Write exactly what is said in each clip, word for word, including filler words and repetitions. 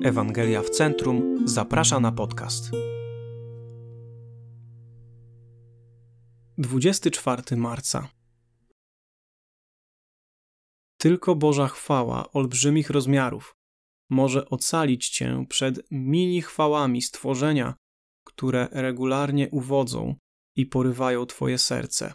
Ewangelia w Centrum zaprasza na podcast. dwudziestego czwartego marca. Tylko Boża chwała olbrzymich rozmiarów może ocalić Cię przed mini chwałami stworzenia, które regularnie uwodzą i porywają Twoje serce.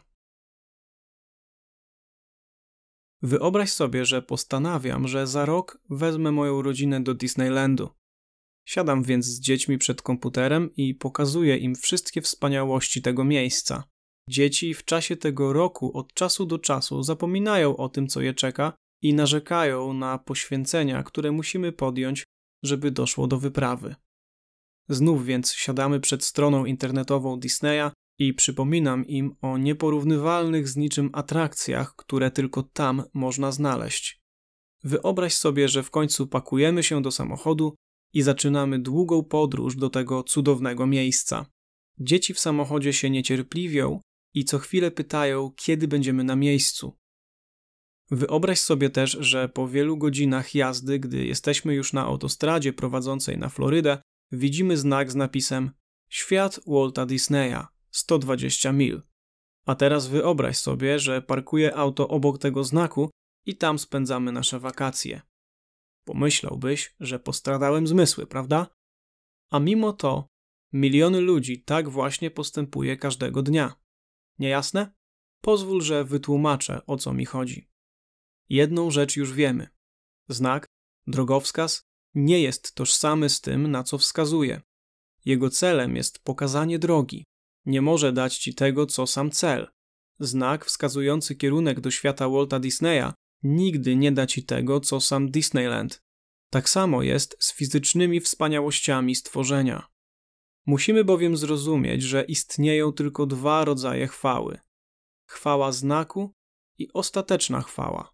Wyobraź sobie, że postanawiam, że za rok wezmę moją rodzinę do Disneylandu. Siadam więc z dziećmi przed komputerem i pokazuję im wszystkie wspaniałości tego miejsca. Dzieci w czasie tego roku od czasu do czasu zapominają o tym, co je czeka i narzekają na poświęcenia, które musimy podjąć, żeby doszło do wyprawy. Znów więc siadamy przed stroną internetową Disneya i przypominam im o nieporównywalnych z niczym atrakcjach, które tylko tam można znaleźć. Wyobraź sobie, że w końcu pakujemy się do samochodu i zaczynamy długą podróż do tego cudownego miejsca. Dzieci w samochodzie się niecierpliwią i co chwilę pytają, kiedy będziemy na miejscu. Wyobraź sobie też, że po wielu godzinach jazdy, gdy jesteśmy już na autostradzie prowadzącej na Florydę, widzimy znak z napisem Świat Walta Disneya, sto dwadzieścia mil. A teraz wyobraź sobie, że parkuję auto obok tego znaku i tam spędzamy nasze wakacje. Pomyślałbyś, że postradałem zmysły, prawda? A mimo to miliony ludzi tak właśnie postępuje każdego dnia. Niejasne? Pozwól, że wytłumaczę, o co mi chodzi. Jedną rzecz już wiemy. Znak, drogowskaz, nie jest tożsamy z tym, na co wskazuje. Jego celem jest pokazanie drogi. Nie może dać ci tego, co sam cel. Znak wskazujący kierunek do świata Walta Disneya nigdy nie da ci tego, co sam Disneyland. Tak samo jest z fizycznymi wspaniałościami stworzenia. Musimy bowiem zrozumieć, że istnieją tylko dwa rodzaje chwały. Chwała znaku i ostateczna chwała.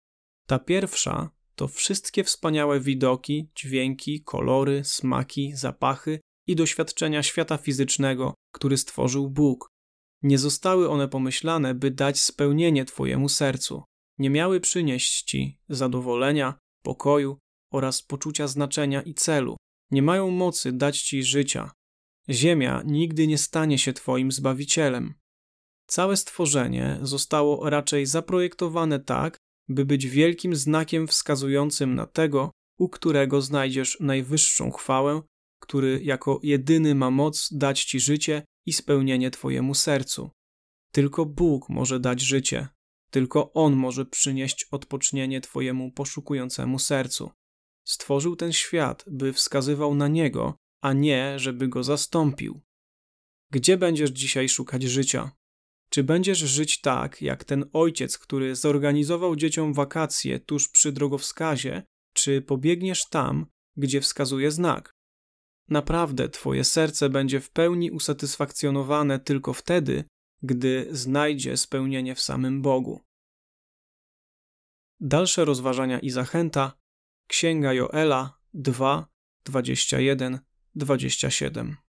Ta pierwsza to wszystkie wspaniałe widoki, dźwięki, kolory, smaki, zapachy i doświadczenia świata fizycznego, który stworzył Bóg. Nie zostały one pomyślane, by dać spełnienie Twojemu sercu. Nie miały przynieść Ci zadowolenia, pokoju oraz poczucia znaczenia i celu. Nie mają mocy dać Ci życia. Ziemia nigdy nie stanie się Twoim Zbawicielem. Całe stworzenie zostało raczej zaprojektowane tak, by być wielkim znakiem wskazującym na tego, u którego znajdziesz najwyższą chwałę, który jako jedyny ma moc dać Ci życie i spełnienie Twojemu sercu. Tylko Bóg może dać życie. Tylko On może przynieść odpocznienie Twojemu poszukującemu sercu. Stworzył ten świat, by wskazywał na Niego, a nie, żeby Go zastąpił. Gdzie będziesz dzisiaj szukać życia? Czy będziesz żyć tak, jak ten ojciec, który zorganizował dzieciom wakacje tuż przy drogowskazie, czy pobiegniesz tam, gdzie wskazuje znak? Naprawdę Twoje serce będzie w pełni usatysfakcjonowane tylko wtedy, gdy znajdzie spełnienie w samym Bogu. Dalsze rozważania i zachęta. Księga Joela dwa, dwadzieścia jeden, dwadzieścia siedem.